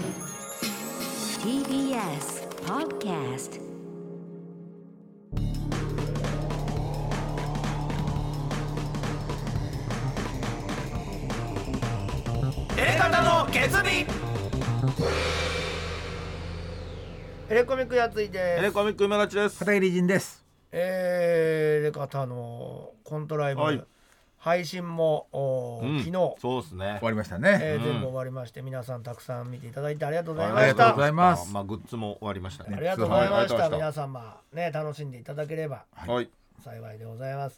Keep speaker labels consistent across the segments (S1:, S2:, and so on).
S1: TBS Podcast。
S2: A型の決意。
S3: エレコミックやついです。
S4: エレコミック今立ちです。
S5: 片桐仁です。
S3: エレカタのコントライブ、
S4: はい、
S3: 配信も、昨日
S4: そうですね。
S5: 終わりましたね。
S3: 全部終わりまして、皆さんたくさん見ていただいてありがとうございま
S5: ありがとう
S3: した。
S5: ございます。
S4: まあグッズも終わりましたね。
S3: ありがとうございました。
S4: はい、
S3: 皆様ね、楽しんでいただければ
S4: はい、
S3: 幸いでございます。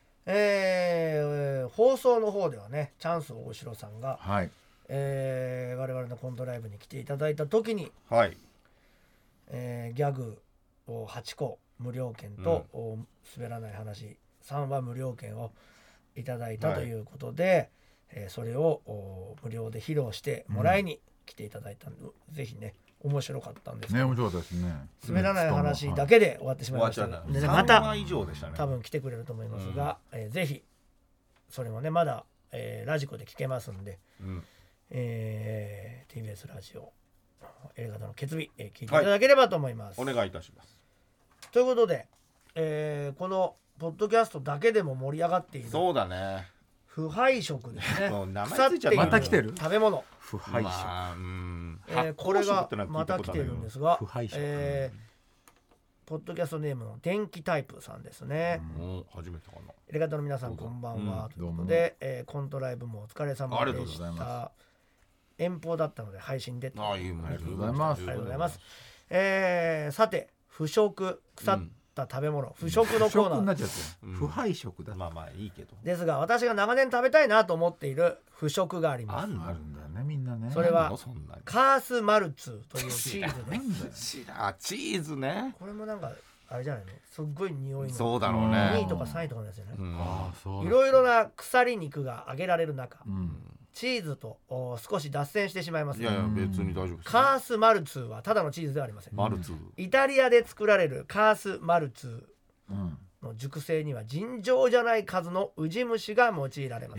S3: 放送の方ではね、チャンス大城さんが、
S5: はい、
S3: 我々のコントライブに来ていただいた時に、
S4: はい、
S3: ギャグを8個無料券と、滑らない話3は無料券をいただいたということで、それを無料で披露してもらいに来ていただいたので、ぜひね、面白かったんですけど、
S5: 面白かったですね。
S3: 滑らない話だけで終わってしまいましたが、でね、また
S4: 3話以上でしたね。
S3: 多分来てくれると思いますが、ぜひそれもね、まだ、ラジコで聞けますんで、TBS ラジオ映画の決意、聞いていただければと思います。
S4: お願いいたします。
S3: ということで、このポッドキャストだけでも盛り上がっている、
S4: そうだね。
S3: 腐敗食ですね。
S4: 名
S3: 腐っている
S5: また来てる
S3: 食べ物、
S5: 腐敗食、
S3: これがまた来てるんですが、
S5: 腐敗食、
S3: ポッドキャストネームの電気タイプさんですね。
S4: 初めてかな。
S3: エレガタの皆さんこんばんは、ということで、コントライブもお疲れ様でした。遠方だったので配信で、
S5: ありがとうございます。
S3: ありがとうございます。さて、腐食、腐った食べ物、腐食のコーナー
S5: になっちゃって、腐敗食だ。
S4: まあまあいいけど。
S3: ですが、私が長年食べたいなと思っている腐食があります。
S5: あるんだよね、みんなね。
S3: それはカースマルツというチーズで
S4: チーズね。
S3: これもなんかあれじゃないの、すっごい匂いの、
S4: そうだろうね。
S3: 2位とか3位とかのやつよね。
S5: そう
S3: いろいろな腐り肉が揚げられる中、チーズと少し脱線してしまいます。
S4: いやいや、別に大丈夫です。
S3: カースマルツはただのチーズではありません。
S4: マルツ、
S3: イタリアで作られるカースマルツの熟成には尋常じゃない数のウジ虫が用いられます。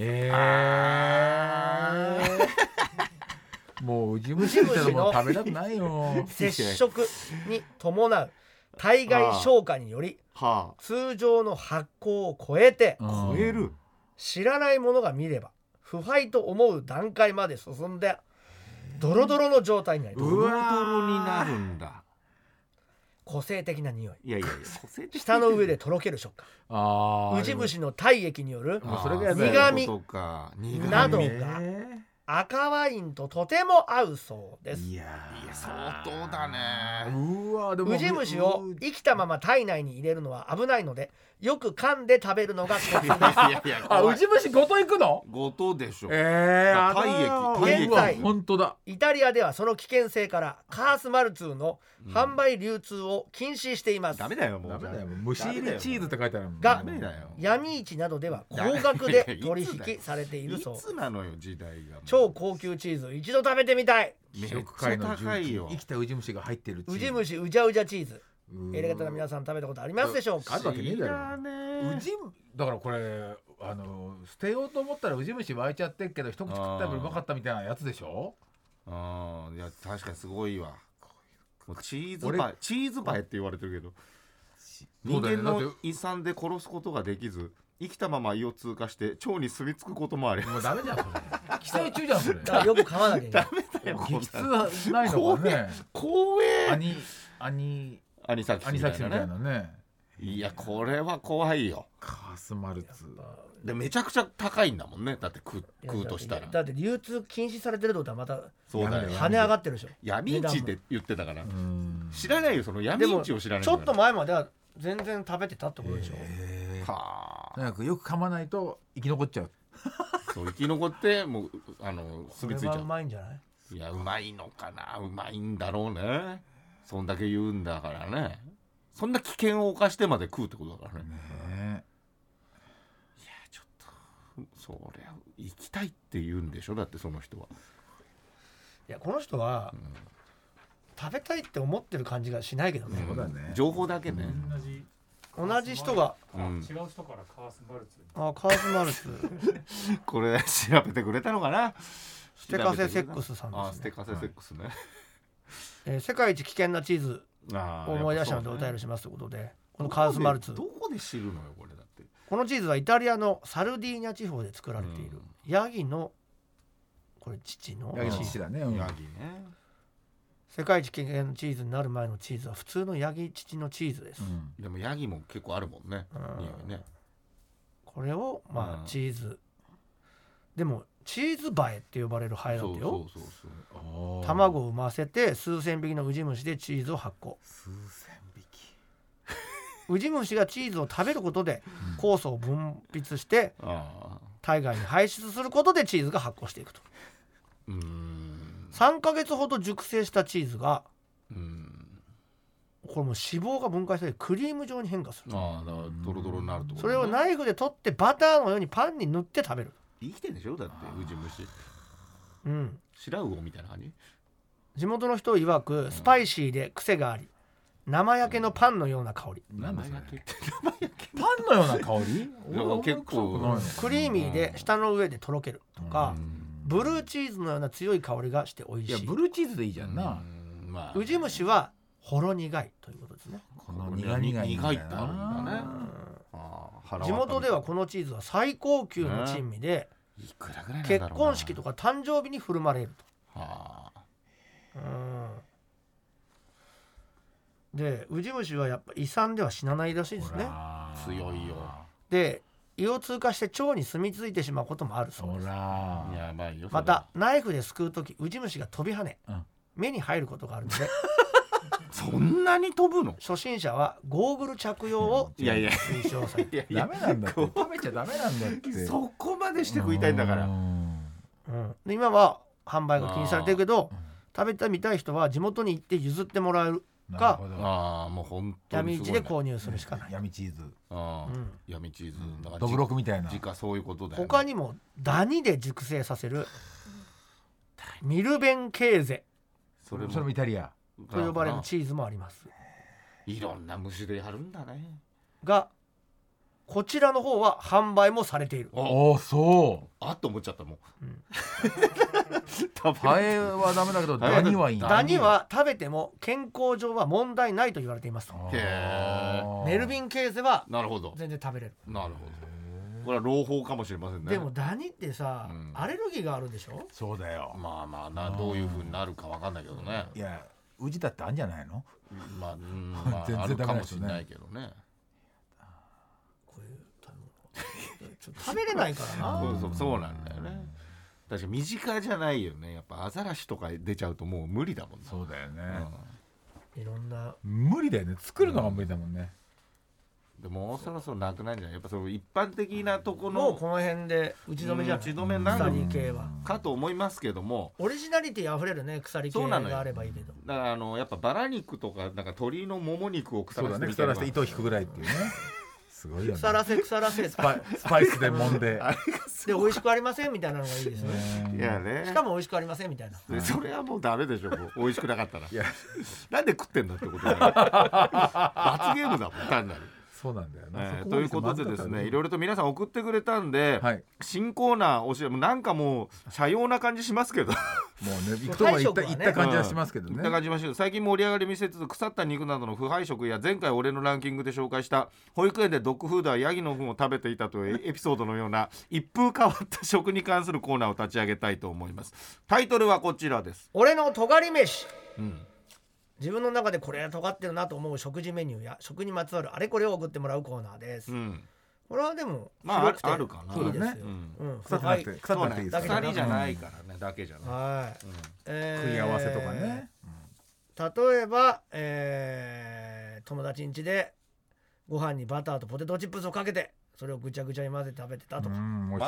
S5: もうウジ虫ってのも食べたくないよ。
S3: 接触に伴う体外消化により、通常の発酵を超えて、知らない者が見れば腐敗と思う段階まで進んでドロドロの状態になります。
S4: ドロドロになるんだ。
S3: 個性的な匂い、
S4: いやいやいや、個性的。
S3: 舌の上でとろける食感、ウジ虫の体液による苦味などが赤ワインととても合うそうです。
S4: いや相当だね。
S3: ウジ虫を生きたまま体内に入れるのは危ないので、よく噛んで食べるのがコツです。
S5: ウジ虫ごと行くの？
S4: ごとでしょ。
S3: 体液。現在
S5: 本当だ。
S3: イタリアではその危険性からカースマルツの販売流通を禁止しています。
S4: ダメだよ、もう。
S5: 虫入りチーズって書いてあるもん。
S3: が闇市などでは高額で取引されているそう。
S4: いつなのよ、時代が。
S3: 超高級チーズ、一度食べてみたい。
S4: めっちゃ高いよ。
S5: 生きたウジ虫が入ってるチーズ。
S3: ウジ虫うじゃうじゃチーズ。エレガタの皆さん食べたことありますでしょうか？
S5: あるわけねえだろ。だからこれ捨てようと思ったらウジ虫湧いちゃってるけど、一口食ったらうまかったみたいなやつでしょ。
S4: いや確かにすごいわ。もうチーズバエって言われてるけど、人間の胃酸で殺すことができず、生きたまま胃を通過して腸に住み着くこともあり。
S5: もうダメじゃんそれ。寄生虫じゃんそれ。
S3: だからよく噛まなきゃいけない。
S4: ダメだよ。
S5: 激痛ないのかね。
S4: 怖え。
S5: アニサキスみたいなね。
S4: いやこれは怖いよ。
S5: カースマルツ
S4: でめちゃくちゃ高いんだもんね。だって食うとしたら。
S3: だって流通禁止されてるってことはまた
S4: そうだよ。
S3: 跳ね上がってるでしょ。
S4: 闇市って言ってたから。知らないよ、その闇市を知らない。
S3: ちょっと前までは全然食べてたってことでしょ。
S5: なんかよく噛まないと生き残っちゃう。
S4: そう生き残ってもう住み着いちゃう。
S3: それはうまいんじゃない？
S4: いやうまいのかな。うまいんだろうね。そんだけ言うんだからね。そんな危険を冒してまで食うってことだからね。いやちょっとそりゃ行きたいって言うんでしょ。だってその人は。
S3: いやこの人は、食べたいって思ってる感じがしないけどね。
S5: そうだね。
S4: 情報だけね。
S3: 同じ人が、
S2: 違う人からカースマルツ。
S3: カースマルツ
S4: これ調べてくれたのかな。
S3: ステカセセックスさんですね。
S4: ステカセセックスね、
S3: 世界一危険なチーズを思い出したのでお便りしますということで、このカースマルツ、
S4: どこで知るのよこれだって。
S3: このチーズはイタリアのサルディーニャ地方で作られているヤギの、これ父の
S5: ヤギの父だね、うん、
S4: ヤギね。
S3: 世界一危険なチーズになる前のチーズは普通のヤギ乳のチーズです、
S4: でもヤギも結構あるもんね、匂いね。
S3: これをチーズ、でもチーズ映えって呼ばれるハエだってよ。
S4: そう
S3: 卵を産ませて数千匹のウジ虫でチーズを発酵。
S5: 数千匹
S3: ウジ虫がチーズを食べることで酵素を分泌して体外に排出することでチーズが発酵していくと。3ヶ月ほど熟成したチーズがこれもう脂肪が分解されてクリーム状に変化する。
S4: だからドロドロになると、
S3: それをナイフで取ってバターのようにパンに塗って食べる。
S4: 生きてんでしょだってウジ虫。
S3: 白
S4: 魚みたいな感じ。
S3: 地元の人曰くスパイシーで癖があり、生焼けのパンのような香り。
S4: 生焼けって
S5: パンのような香り
S4: 結構
S3: クリーミーで舌の上でとろけるとか、ブルーチーズのような強い香りがして美味しい。
S5: いやブルーチーズでいいじゃんな。
S3: ウジ虫はほろ苦いということですね。
S5: この苦いってあるんだ
S4: ね。
S3: 地元ではこのチーズは最高級の珍味で、結婚式とか誕生日に振る舞われると。でウジ虫はやっぱ胃酸では死なないらしいですね。
S4: 強いよ。
S3: で胃を通過して腸に住み着いてしまうこともあるそうです。
S4: やばいよ。
S3: またナイフですくうときウジ虫が飛び跳ね、目に入ることがあるので
S4: そんなに飛ぶの？
S3: 初心者はゴーグル着用を推奨されて
S5: ダメなんだって、食べちゃダメなんだって。
S4: そこまでして食いたいんだから。
S3: で今は販売が禁止されてるけど、食べてみたい人は地元に行って譲ってもらえるか、
S4: もう本当に
S3: 闇市で購入するしかない。
S5: 闇チーズ、
S4: 闇チーズだから
S5: ドブロクみたいな。
S4: そういうことだよね。
S3: 他にもダニで熟成させるミルベンケーゼ、
S5: それもイタリア
S3: と呼ばれるチーズもあります。
S4: いろんな虫でやるんだね。
S3: がこちらの方は販売もされている。
S5: そう
S4: と思っちゃったもん。
S5: ハエはダメだけどダニはいいんだ。
S3: ダニは食べても健康上は問題ないと言われていますと。メルビンケーゼは全然食べれる。
S4: なるほど。これは朗報かもしれませんね。
S3: でもダニってさ、アレルギーがあるでしょ。
S5: そうだよ。
S4: どういう風になるかわかんないけどね。
S5: いやうちだってあるんじゃないの。
S4: 全然かもしれないけどね。
S3: こういう食べれないからな。
S4: そうなんだよね。確か身近じゃないよね。やっぱアザラシとか出ちゃうともう無理だもんね。
S5: そうだよね。
S3: いろんな
S5: 無理だよね。作るのが無理だもんね。
S4: でもそろそろなくないんじゃない。やっぱその一般的なとこの
S3: もうこの辺で打ち止めじゃん。
S4: 打ち止めになる
S3: 系は
S4: かと思いますけども、
S3: オリジナリティあふれるね鎖系があればいいけど。
S4: だからやっぱバラ肉とかなんか鶏のもも肉を腐らせて
S5: 腐らせて糸を引くぐらいっていうね。すごいよね。
S3: 腐らせ
S5: スパイスで揉んで
S3: で美味しくありませんみたいなのがいいですね。
S4: いやね。
S3: しかも美味しくありませんみたいな。
S4: それはもうダメでしょ。美味しくなかったら。なんで食ってんだってことだよ。罰ゲームだもん単なる。
S5: そうなんだよね。
S4: ということでですね、いろいろと皆さん送ってくれたんで、新コーナー教えなんかもう社用な感じしますけど、も
S5: うね行くとこ行った感じはしますけどね。
S4: 行った感じしますけど、最近盛り上がり見せつつ腐った肉などの腐敗食や前回俺のランキングで紹介した保育園でドッグフードはヤギの糞を食べていたというエピソードのような一風変わった食に関するコーナーを立ち上げたいと思います。タイトルはこちらです。
S3: 俺の尖り飯。自分の中でこれは尖ってるなと思う食事メニューや食にまつわるあれこれを送ってもらうコーナーです。これはでも広くて
S4: あるかな。
S3: いいですよ。
S5: 腐ってなくて
S4: 鎖じゃないからね。だけじゃない。
S5: 食い合わせとかね。
S3: 例えば友達ん家でご飯にバターとポテトチップスをかけてそれをぐちゃぐちゃに混ぜて食べてたとか。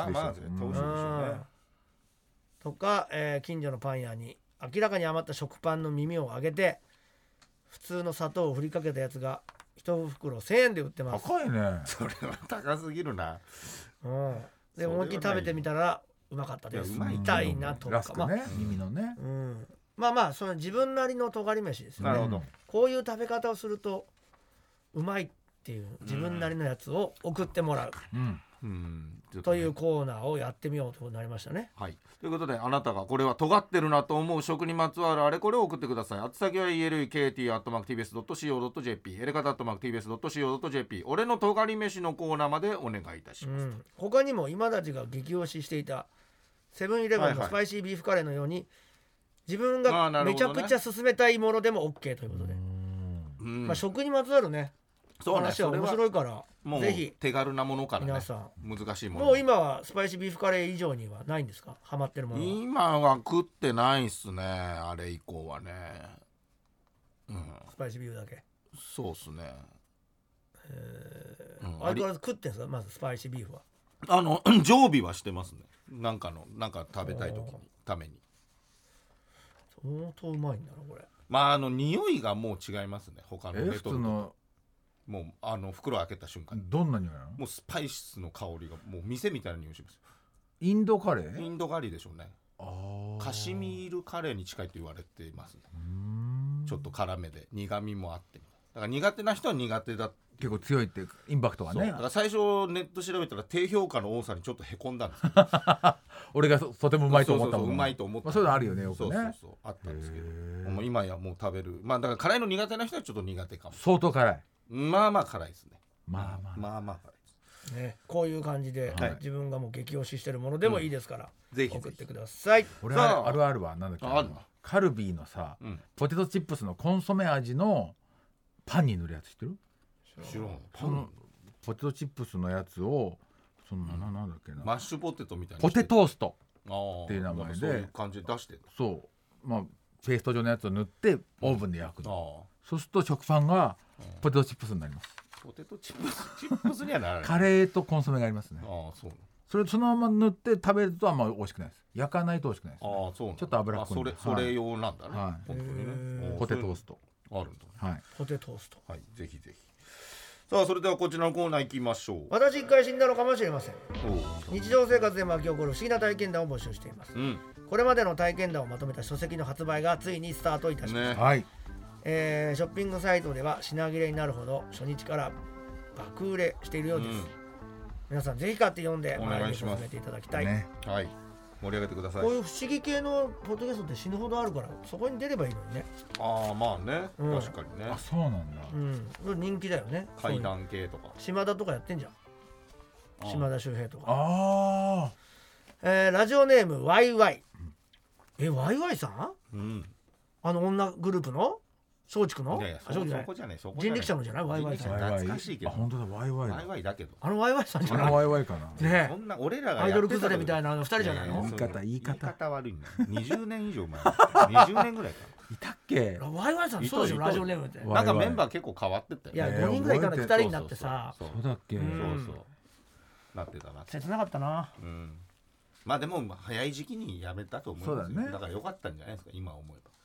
S3: とか近所のパン屋に明らかに余った食パンの耳をあげて普通の砂糖を振りかけたやつが1袋1000円で売ってます。
S5: 高いね。
S4: それは高すぎるな。
S3: で思いっきり食べてみたらうまかったです。痛いなとか。
S5: ラスクね、耳のね。
S3: まあその自分なりの尖り飯ですよね。
S4: なるほど。
S3: こういう食べ方をするとうまいっていう自分なりのやつを送ってもらう。
S4: ちょっね
S3: というコーナーをやってみようとなりましたね。
S4: はい、ということであなたがこれは尖ってるなと思う食にまつわるあれこれを送ってください。宛先は elekt@tbs.co.jp エレカタ @tbs.co.jp 俺の尖り飯のコーナーまでお願いいたします。
S3: 他にも今立ちが激推ししていたセブンイレブンのスパイシービーフカレーのように、自分がめちゃくちゃ勧めたいものでも OK ということで、まあ、食にまつわるね
S4: そうね、
S3: 話は面白いから
S4: もう
S3: ぜひ
S4: 手軽なものからね、
S3: 皆さん
S4: 難しいもの
S3: もう今はスパイシービーフカレー以上にはないんですか、ハマってるものは。
S4: 今は食ってないっすね、あれ以降はね、
S3: スパイシービーフだけ。
S4: そうっすね、
S3: 相変わらず食ってんすか、まずスパイシービーフは。
S4: 常備はしてますね、なんか食べたい時にために。
S3: 相当うまいんだろこれ。
S4: まあ匂いがもう違いますね、他のレ
S5: 普
S4: トルト
S5: 通の
S4: もう袋開けた瞬間に
S5: どんな匂いなの？
S4: もうスパイスの香りがもう店みたいな匂いします。
S5: インドカレー？
S4: インドカリーでしょうね。カシミールカレーに近いと言われていますね。ちょっと辛めで苦味もあって、だから苦手な人は苦手だ、
S5: 結構強いってインパクトがね。
S4: だから最初ネット調べたら低評価の多さにちょっとへこんだんですよ。
S5: 俺がとてもうまいと思ったもん。
S4: そううまいと思った、
S5: そういうのあるよね、よくね。
S4: そうあったんですけど、もう今やもう食べる、まあだから辛いの苦手な人はちょっと苦手かも。
S5: 相当辛い。
S4: まあまあ辛いですね。
S5: まあ
S4: 辛いです
S3: ね、こういう感じで、
S4: はい
S3: 自分がもう激推ししてるものでもいいですから、
S4: ぜひ
S3: 送ってください。
S5: 俺
S4: さあ
S5: あるあるはなんだっけ、
S4: あるの
S5: カルビーのさ、ポテトチップスのコンソメ味のパンに塗るやつ知ってる？
S4: 知らん。
S5: そのポテトチップスのやつをそのなんだっけな、
S4: マッシュポテトみたいな
S5: ポテトースト
S4: って
S5: いう名前で
S4: そういう感じで出してる。
S5: そうまあペースト状のやつを塗ってオーブンで焼くの、
S4: あ
S5: そうすると食パンがポテトチップスになります。
S4: ポテトチップスにはならない。
S5: カレーとコンソメがありますね。
S4: ああそう。
S5: それそのまま塗って食べるとあんま美味しくないです。焼かないと美味しくないです、ね。
S4: ああそう。
S5: ちょっと脂っこいんで
S4: それ用なんだね。
S5: はい
S4: 本当にね。
S5: ポテトースト。
S4: あるんだ。
S5: はい。
S3: ポテトースト。
S4: はい、ぜひぜひ。さあそれではこちらのコーナー行きましょう。
S3: 私一回死んだのかもしれません。
S4: おう
S3: 日常生活で巻き起こる不思議な体験談を募集しています。これまでの体験談をまとめた書籍の発売がついにスタートいたしました。
S5: はい。
S3: ショッピングサイトでは品切れになるほど初日から爆売れしているようです。皆さんぜひ買って読んで
S4: お願いします
S3: 前に進めていただきたい。
S5: ね。
S4: はい、盛り上げてください。
S3: こういう不思議系のポッドキャストって死ぬほどあるからそこに出ればいいのにね。
S4: ああまあね、
S3: うん
S4: 確かにね
S5: あ、。そうなんだ。
S3: 人気だよね。
S4: 階段系とか。
S3: 島田とかやってんじゃん。
S4: あー
S3: 島田秀平とか。
S5: あ
S3: ラジオネームワイワイ。ワイワイさん？
S4: うん。
S3: 女グループの松竹の？
S4: いやいや、
S3: 松竹じゃない
S4: そこじゃない。そこじゃない。
S3: 人力車のじゃないワイワイさん。
S5: あ。
S4: 懐かしいけど。
S5: 本当だ、ワイワイだ。
S4: ワイワイだけど。
S3: ワイワイさんじゃない？
S5: ワイワイかな。
S3: ね
S4: そんな俺らが
S3: アイドル崩れ
S4: み
S3: みたいな2人じゃないの？
S5: 言い方
S4: 悪いんだよ。20年以上前。20年ぐらいか
S5: いたっけ？
S3: ワイワイさんそうでしょ、
S4: いた
S3: ラジオネームって。
S4: な。なんかメンバー結構変わってったよ。
S3: いや、
S5: ね
S3: 5人ぐらいいたのに2人になってさ、
S4: そう
S5: そうだっけ？
S3: ん
S4: そうなってたな。
S3: 切なかったな。
S4: まあでも早い時期に辞めたと思いますよ。
S5: そうだね
S4: だから良かったんじゃないですか、今思えば。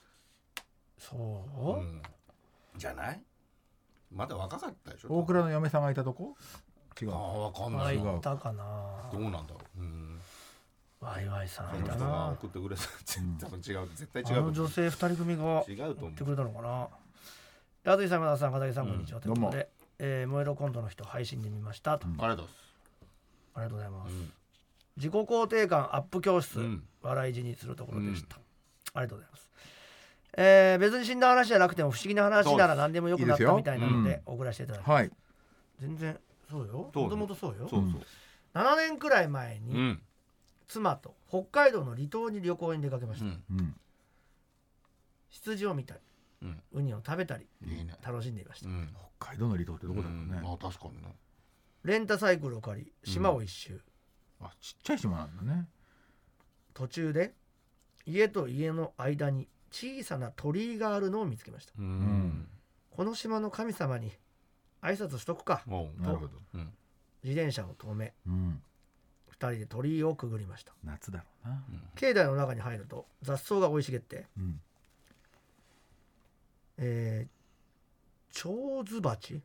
S3: そう？
S4: じゃない？まだ若かったでしょ。
S5: 大倉の嫁さんがいたとこ？違う。
S4: ああ、わかんな
S3: ワイ
S4: いな。
S3: いたかな。
S4: どうなんだろう。
S3: ワイワイさんいた
S4: その人が
S3: な。
S4: 送ってくれた多分違う、絶対
S3: あ
S4: 違うと思う。
S3: の女性2人組が
S4: 違うと思う
S3: 送ってくれたのかな。ラズイさん、山田さん、片木さん、こんにちは。ということ
S5: ど
S3: で、燃えろコントの人配信で見ましたと。
S4: ありがとうござい
S3: ありがとうございます。
S4: うん
S3: 自己肯定感アップ教室、
S4: うん
S3: 笑い死にするところでした。ありがとうございます。別に死んだ話じゃなくても不思議な話なら何でもよくなったみたいなので送らせていただきます。
S5: はい。
S3: 全然そうよ。
S4: そう
S3: もともとそうよ。
S4: そう
S3: 7年くらい前に、
S4: うん
S3: 妻と北海道の離島に旅行に出かけました。
S5: うん。
S3: 羊を見たり、ウニを食べたり
S4: いいね。
S3: 楽しんでいました。
S5: 北海道の離島ってどこだろうね。
S4: あ、確かにね。
S3: レンタサイクルを借り島を一周、
S5: あ、ちっちゃい島なんだね。
S3: 途中で家と家の間に小さな鳥居があるのを見つけました。この島の神様に挨拶しとくか。
S5: なるほど。
S3: 自転車を止め
S5: うん。
S3: 2人で鳥居をくぐりました。
S5: 夏だろうな。
S3: 境内の中に入ると雑草が生い茂って
S5: うん。
S3: 蝶ズバチ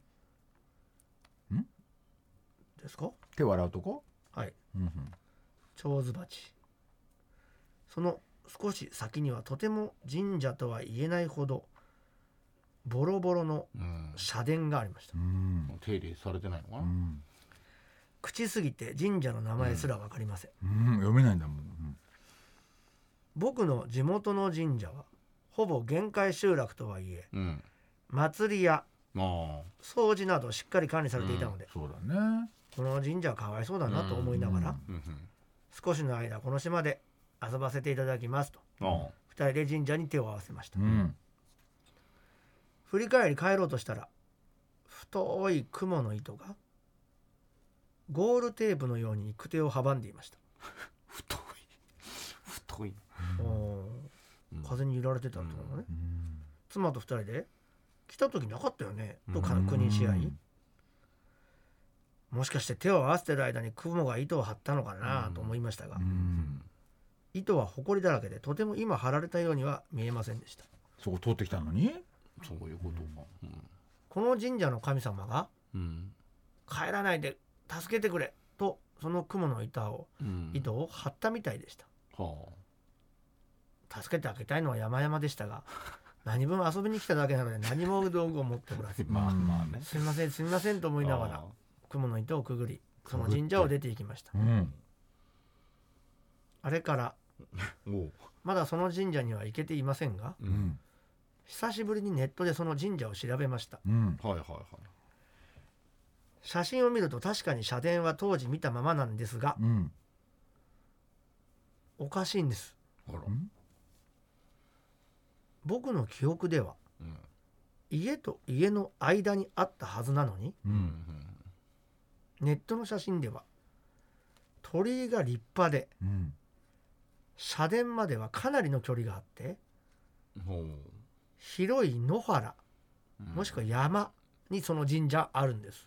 S3: ですか？
S5: 手笑うとこ？
S3: はい、
S5: うん。
S3: 蝶ズバチ。その少し先にはとても神社とは言えないほどボロボロの社殿がありました。
S5: うん。
S4: 手入れされてないのかな。
S3: 口すぎて神社の名前すら分かりません、
S5: 読めないんだもん、
S3: 僕の地元の神社はほぼ限界集落とはいえ、祭りや掃除などしっかり管理されていたので、
S5: そうだね。
S3: この神社はかわいそうだなと思いながら、少しの間この島で遊ばせていただきますと2人で神社に手を合わせました、振り返り帰ろうとしたら太い雲の糸がゴールテープのように行く手を阻んでいました。
S4: 太い、
S3: 風に揺られてたってことね、妻と2人で来た時なかったよねと確認し合い、もしかして手を合わせてる間に雲が糸を張ったのかなと思いましたが、糸は埃だらけでとても今張られたようには見えませんでした。
S5: そこ通ってきたのに、
S4: そういうことか、
S3: この神社の神様が、帰らないで助けてくれとその雲の糸を張ったみたいでした、助けてあげたいのは山々でしたが何分遊びに来ただけなので何も道具を持っておらずすみませんすみませんと思いながら雲の糸をくぐりその神社を出て行きました、あれからまだその神社には行けていませんが、久しぶりにネットでその神社を調べました、写真を見ると確かに社殿は当時見たままなんですが、おかしいんです。僕の記憶では、家と家の間にあったはずなのに、ネットの写真では鳥居が立派で、社殿まではかなりの距離があって、広い野原、もしくは山にその神社あるんです。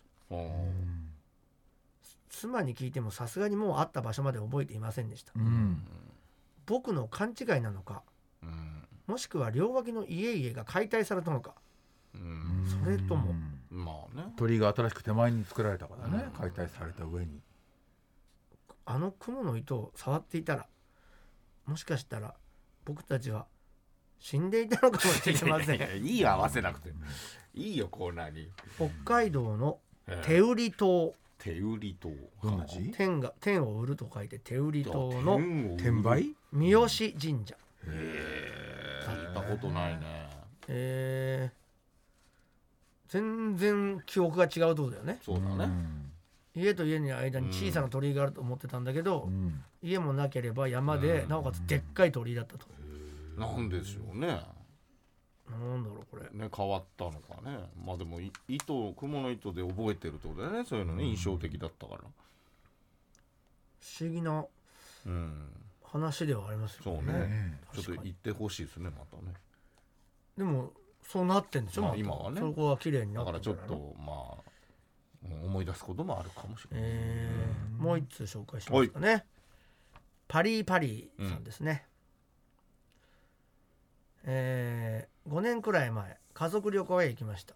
S3: 妻に聞いてもさすがにもうあった場所まで覚えていませんでした、僕の勘違いなのか、もしくは両脇の家々が解体されたのか、それとも、
S5: 鳥居が新しく手前に作られたからね、解体された上に
S3: あの雲の糸を触っていたら、もしかしたら僕たちは死んでいたのかもしれません。
S4: いいよ合わせなくていいよコーナーに。
S3: 北海道の手売島、
S4: 手売島、
S5: どんな字？
S3: 天を売ると書いて手売島の
S5: 天売
S3: 三好神社。
S4: 聞いたことないね。
S3: 全然記憶が違うとこだよね。
S4: そうだね、
S3: 家と家の間に小さな鳥居があると思ってたんだけど、家もなければ山で、なおかつでっかい鳥居だったと。
S4: なんでしょうね。
S3: なんだろうこれ
S4: ね、変わったのかね。まあでも雲の糸で覚えてるってことだよね。そういうのね、印象的だったから。
S3: 不思議な話ではありますよね。
S4: そうね。ちょっと言ってほしいですね、またね。
S3: でもそうなってんでしょ、
S4: 今はね。
S3: そこは綺麗になってる。
S4: だからちょっと思い出すこともあるかもしれない。
S3: もう一通紹介しますかね。パリーパリーさんですね。5年くらい前家族旅行へ行きました。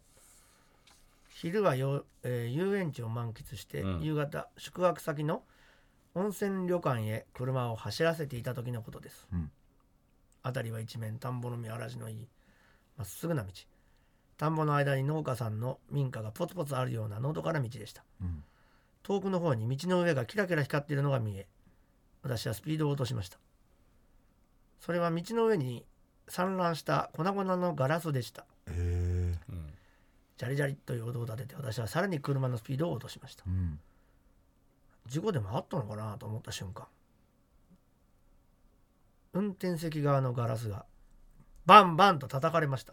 S3: 昼は遊園地を満喫して、夕方宿泊先の温泉旅館へ車を走らせていた時のことです、辺りは一面田んぼの見晴らしのいいまっすぐな道、田んぼの間に農家さんの民家がポツポツあるようなのどかな道でした、遠くの方に道の上がキラキラ光っているのが見え、私はスピードを落としました。それは道の上に散乱した粉々のガラスでした。ジャリジャリという音を立てて、私はさらに車のスピードを落としました、事故でもあったのかなと思った瞬間、運転席側のガラスがバンバンと叩かれました。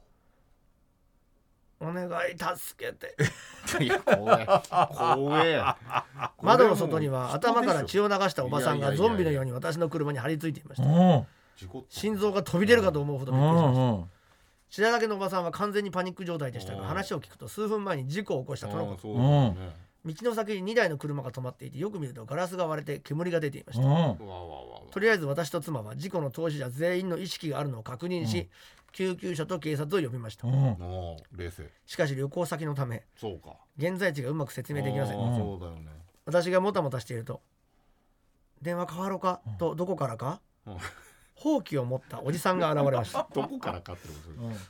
S3: お願い助けて
S4: いや怖え
S3: 窓の外には頭から血を流したおばさんがゾンビのように私の車に張り付いていました。心臓が飛び出るかと思うほどびっくりしました。血だらけのおばさんは完全にパニック状態でしたが、話を聞くと数分前に事故を起こしたとのこと。道の先に2台の車が止まっていて、よく見るとガラスが割れて煙が出ていました。とりあえず私と妻は事故の当事者全員の意識があるのを確認し、救急車と警察を呼びました。
S4: 冷静。
S3: しかし旅行先のため現在地がうまく説明できません。
S4: そうだよね。
S3: 私がもたもたしていると、電話代わろうかとどこからかほうきを持ったおじさんが現れました。
S4: どこからかってことです。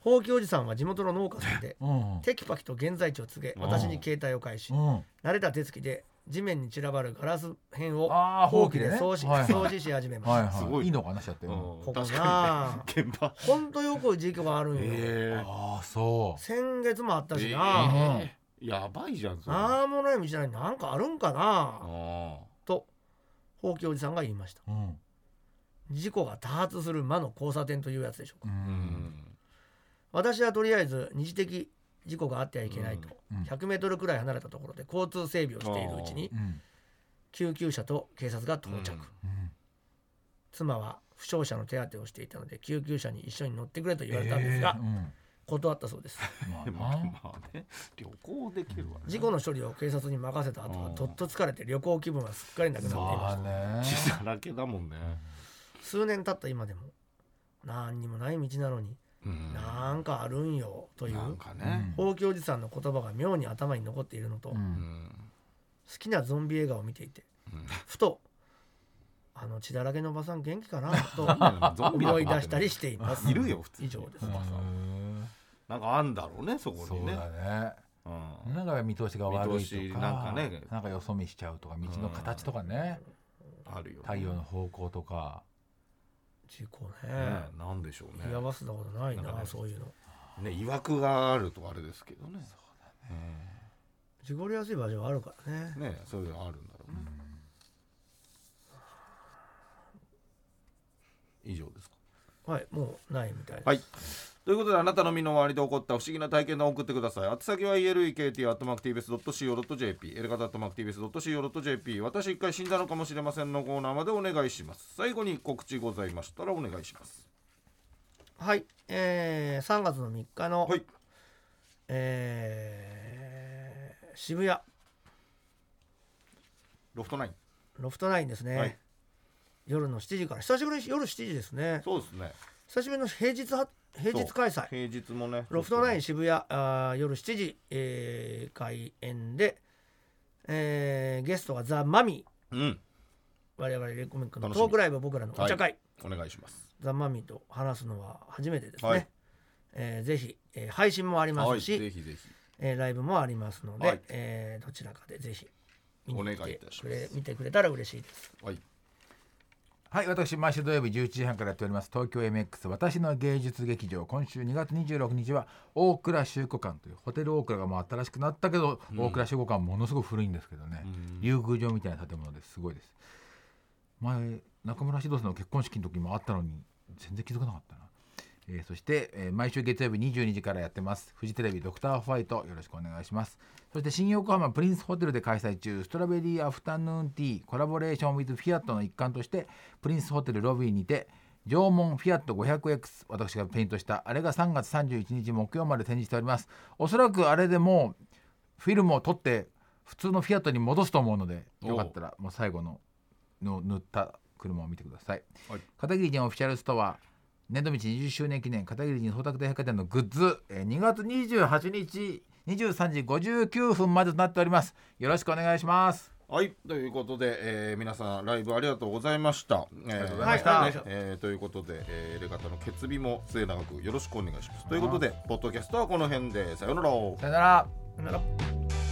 S3: ほうきおじさんは地元の農家さんで
S5: うん
S3: テキパキと現在地を告げ私に携帯を返し
S5: うん
S3: 慣れた手つきで地面に散らばるガラス片を
S5: あー
S3: ほうきで
S5: ほうきでね
S3: 掃除し始めました、
S5: はいはい
S4: すごい
S5: いいのかなしちゃって
S3: ここ
S4: 確か
S3: な
S4: にね現場
S3: ほんとよく事故があるんよ、
S5: ああそう
S3: 先月もあったしな、
S4: やばいじゃんそれ
S3: なんもない道なのになんかあるんかな
S4: あ
S3: とほうきおじさんが言いました。
S5: うん
S3: 事故が多発する魔の交差点というやつでしょうか。
S5: う
S4: ーうんん
S3: 私はとりあえず二次的事故があってはいけないと、
S5: うん
S3: 100メートルくらい離れたところで交通整備をしているうちに
S5: うん
S3: 救急車と警察が到着、
S4: うん
S3: 妻は負傷者の手当てをしていたので救急車に一緒に乗ってくれと言われたんですが、断ったそうです。
S4: まあまあね旅行できるわね
S3: 事故の処理を警察に任せた後はどっと疲れて旅行気分はすっかりなくなっていました。
S5: ね
S4: 血だらけだもんね
S3: 数年経った今でも何にもない道なのに
S4: うん
S3: なんかあるんよという
S4: なんかね
S3: ほうきおじさんの言葉が妙に頭に残っているのと、好
S4: うん
S3: きなゾンビ映画を見ていて
S4: うん
S3: ふとあの血だらけのおばさん元気かなと
S4: ゾンビ
S3: 思い出したりしています。
S4: いるよ普通
S3: 以上です。
S4: なんかあんだろうねそこ
S5: そう
S4: にね
S5: だね
S4: うん
S5: なんか見通しが悪いとか
S4: 見通しなんかね
S5: なんかよそ見しちゃうとか道の形とかね
S4: あるよね
S5: 太陽の方向とか
S3: 事故
S4: ね
S3: ね
S4: なんでしょうね
S3: 居合わせたことないな
S4: なんかね
S3: そういうの。
S4: ね曰くがあるとあれですけどね
S3: 事故りやすい場所はあるからね。
S4: ねそういうのあるんだろうね以上ですか
S3: はいもうないみたいです。
S4: はいということであなたの身の回りで起こった不思議な体験談を送ってください。宛先は elekt@tbs.co.jp エレガタ @tbs.co.jp 私一回死んだのかもしれませんのコーナーまでお願いします。最後に告知ございましたらお願いします。
S3: はい、3月の3日の、
S4: はい
S3: 渋谷
S4: ロフトナイン
S3: ロフトナインですね、
S4: はい
S3: 夜の7時から久しぶりに夜7時ですね。
S4: そうですね
S3: 久しぶりの平日開催
S4: 平日もね
S3: ロフトナイン渋谷夜7時、開演で、ゲストはザ・マミ
S4: うん
S3: ー我々レコミックの
S4: 楽しみ
S3: トークライブ僕らのお茶会、
S4: お願いします。
S3: ザ・マミーと話すのは初めてですね、
S4: はい
S3: ぜひ、配信もありますし、
S4: はいぜひぜひ
S3: ライブもありますので、
S4: はい
S3: どちらかでぜひ見に来
S4: お願いい
S3: て
S4: たします
S3: 見てくれたら嬉しいです。
S4: はい
S5: はい私毎週土曜日11時半からやっております東京 MX 私の芸術劇場今週2月26日は大倉集古館というホテル大倉がもう新しくなったけど、大倉集古館ものすごく古いんですけどね、竜宮城みたいな建物ですごいです。前中村獅童さんの結婚式の時もあったのに全然気づかなかったな。そして、毎週月曜日22時からやってますフジテレビドクターファイトよろしくお願いします。そして新横浜プリンスホテルで開催中ストロベリーアフタヌーンティーコラボレーション with フィアットの一環としてプリンスホテルロビーにて縄文フィアット 500X 私がペイントしたあれが3月31日木曜まで展示しております。おそらくあれでもうフィルムを撮って普通のフィアットに戻すと思うのでよかったらもう最後の塗った車を見てください、
S4: はい、
S5: 片桐仁オフィシャルストア年度道20周年記念片桐仁総宅亭百貨店のグッズ、2月28日23時59分までとなっております。よろしくお願いします。
S4: はいということで、皆さんライブありがとうございました。ありがとうご
S5: ざいました
S4: ということで、レガタの決日も末永くよろしくお願いします。ということでポッドキャストはこの辺でさようなら。
S5: さよなら。
S3: さよなら。